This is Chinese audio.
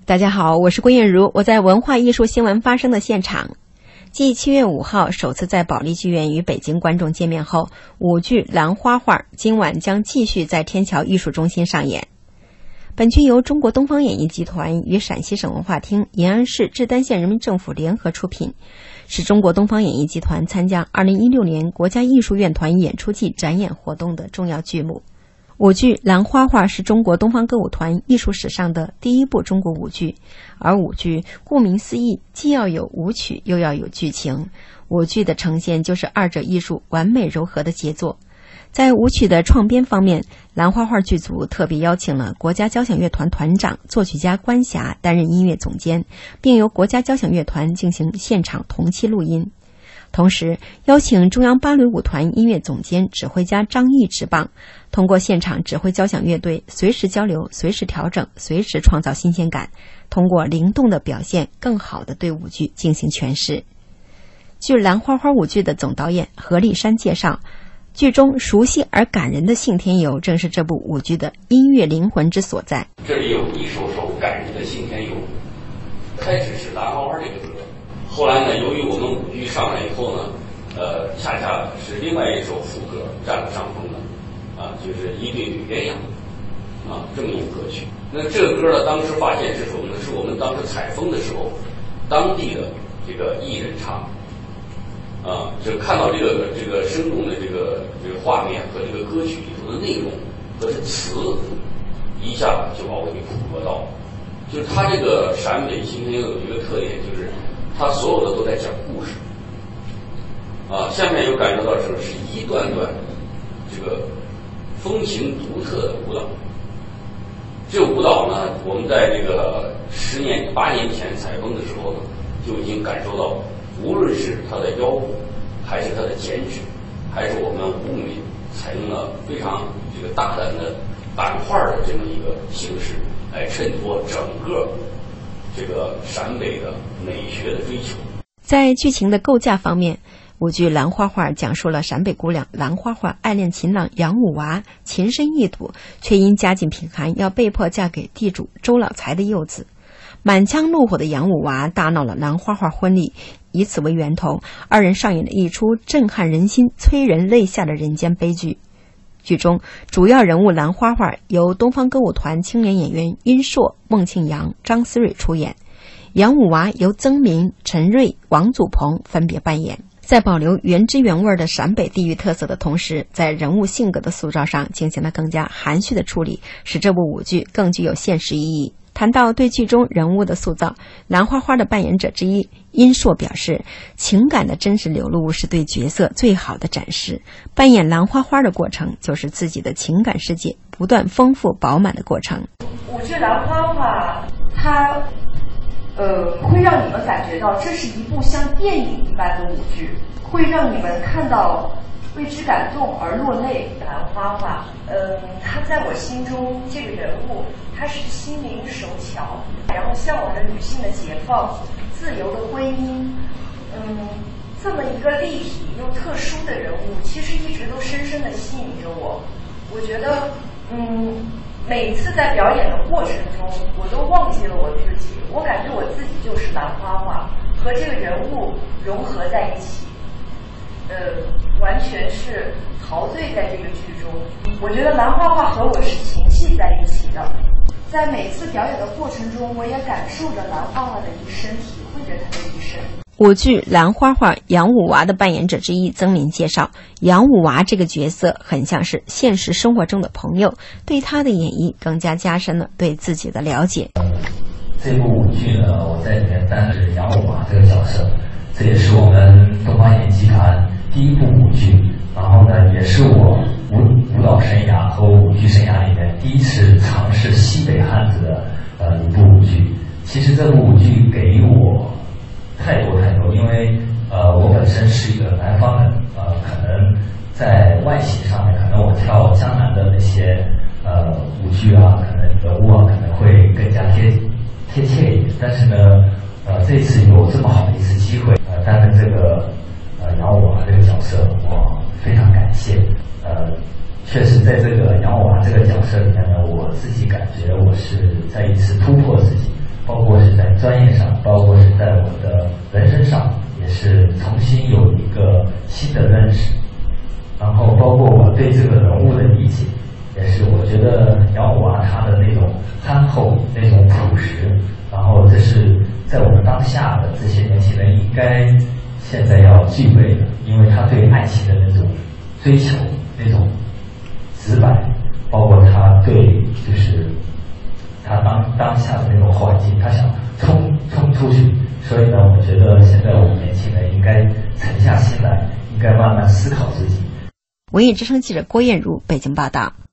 大家好，我是郭艳茹，我在文化艺术新闻发生的现场。继7月5号首次在保利剧院与北京观众见面后，舞剧《兰花画》今晚将继续在天桥艺术中心上演。本剧由中国东方演艺集团与陕西省文化厅、延安市志丹县人民政府联合出品，是中国东方演艺集团参加2016年国家艺术院团演出季展演活动的重要剧目。舞剧《兰花画》是中国东方歌舞团艺术史上的第一部中国舞剧，而舞剧顾名思义，既要有舞曲，又要有剧情。舞剧的呈现就是二者艺术完美糅合的杰作。在舞曲的创编方面，兰花画剧组特别邀请了国家交响乐团团长、作曲家关霞担任音乐总监，并由国家交响乐团进行现场同期录音。同时邀请中央芭蕾舞团音乐总监、指挥家张毅执棒，通过现场指挥交响乐队，随时交流、随时调整、随时创造新鲜感，通过灵动的表现，更好地对舞剧进行诠释。据兰花花舞剧的总导演何立山介绍，剧中熟悉而感人的信天游正是这部舞剧的音乐灵魂之所在。 这里有一首感人的信天游，开始是兰花花这个歌，后来呢，由于我们舞剧上来以后呢，恰恰是另外一首副歌占了上风的，就是一对女鸳鸯，这么一个歌曲。那这个歌呢，当时发现是什么呢？是我们当时采风的时候，当地的这个艺人唱，就看到这个生动的这个画面和这个歌曲里头的内容和这词，一下就把我给捕捉到。就是它这个陕北信天游有一个特点，就是它所有的都在讲故事，下面有感受到什么？是一段段这个风情独特的舞蹈。这个舞蹈呢，我们在这个8年前采风的时候呢，就已经感受到，无论是它的腰部，还是它的剪纸，还是我们舞美采用了非常这个大胆的版画的这么一个形式，来衬托整个这个陕北的美学的追求。 在剧情的构架方面，舞剧《兰花画》讲述了陕北姑娘兰花画爱恋秦郎杨五娃，情深意笃，却因家境贫寒要被迫嫁给地主周老财的幼子。满腔怒火的杨五娃大闹了兰花画婚礼，以此为源头，二人上演了一出震撼人心、催人泪下的人间悲剧。剧中主要人物兰花画由东方歌舞团青年演员殷硕、孟庆阳、张思睿出演，杨五娃由曾明、陈瑞、王祖鹏分别扮演。在保留原汁原味的陕北地域特色的同时，在人物性格的塑造上进行了更加含蓄的处理，使这部舞剧更具有现实意义。谈到对剧中人物的塑造，兰花花的扮演者之一殷硕表示，情感的真实流露是对角色最好的展示。扮演兰花花的过程，就是自己的情感世界不断丰富饱满的过程。 舞剧兰花花，它会让你们感觉到这是一部像电影一般的舞剧，会让你们看到为之感动而落泪。兰花花，他在我心中这个人物，他是心灵手巧，然后向往着女性的解放、自由的婚姻。这么一个立体又特殊的人物，其实一直都深深地吸引着我。我觉得，每次在表演的过程中，我都忘记了我自己，我感觉我自己就是兰花花，和这个人物融合在一起，完全是陶醉在这个剧中。我觉得兰花花和我是情系在一起的，在每次表演的过程中，我也感受着兰花花的一生，体会着她的一生。 舞剧《兰花画》杨五娃的扮演者之一曾明介绍，杨五娃这个角色很像是现实生活中的朋友，对他的演绎更加加深了对自己的了解。 这部舞剧呢，我在里面担任杨五娃这个角色，这也是我们东方演艺集团第一部舞剧，然后呢，也是我舞蹈生涯和舞剧生涯里面第一次尝试西北汉子的一部舞剧。其实这部舞剧给予我太多，因为我本身是一个南方人，可能在外形上面，可能我跳江南的那些舞剧啊，可能人物啊可能会更加贴切一点。但是呢，这次有这么好的一次机会，担任这个杨五娃这个角色，我非常感谢。确实在这个杨五娃这个角色里面呢，我自己感觉我是在一次突破自己。 包括是在专业上，包括是在我的人生上，也是重新有一个新的认识。然后包括我对这个人物的理解，也是我觉得姚娃他的那种憨厚，那种朴实，然后这是在我们当下的这些年轻人应该现在要具备的，因为他对爱情的那种追求，那种直白，包括他对就是他当下的那种环境，他想冲出去。所以呢，我觉得现在我们年轻人应该沉下心来，应该慢慢思考自己。 文艺之声记者郭艳茹北京报道。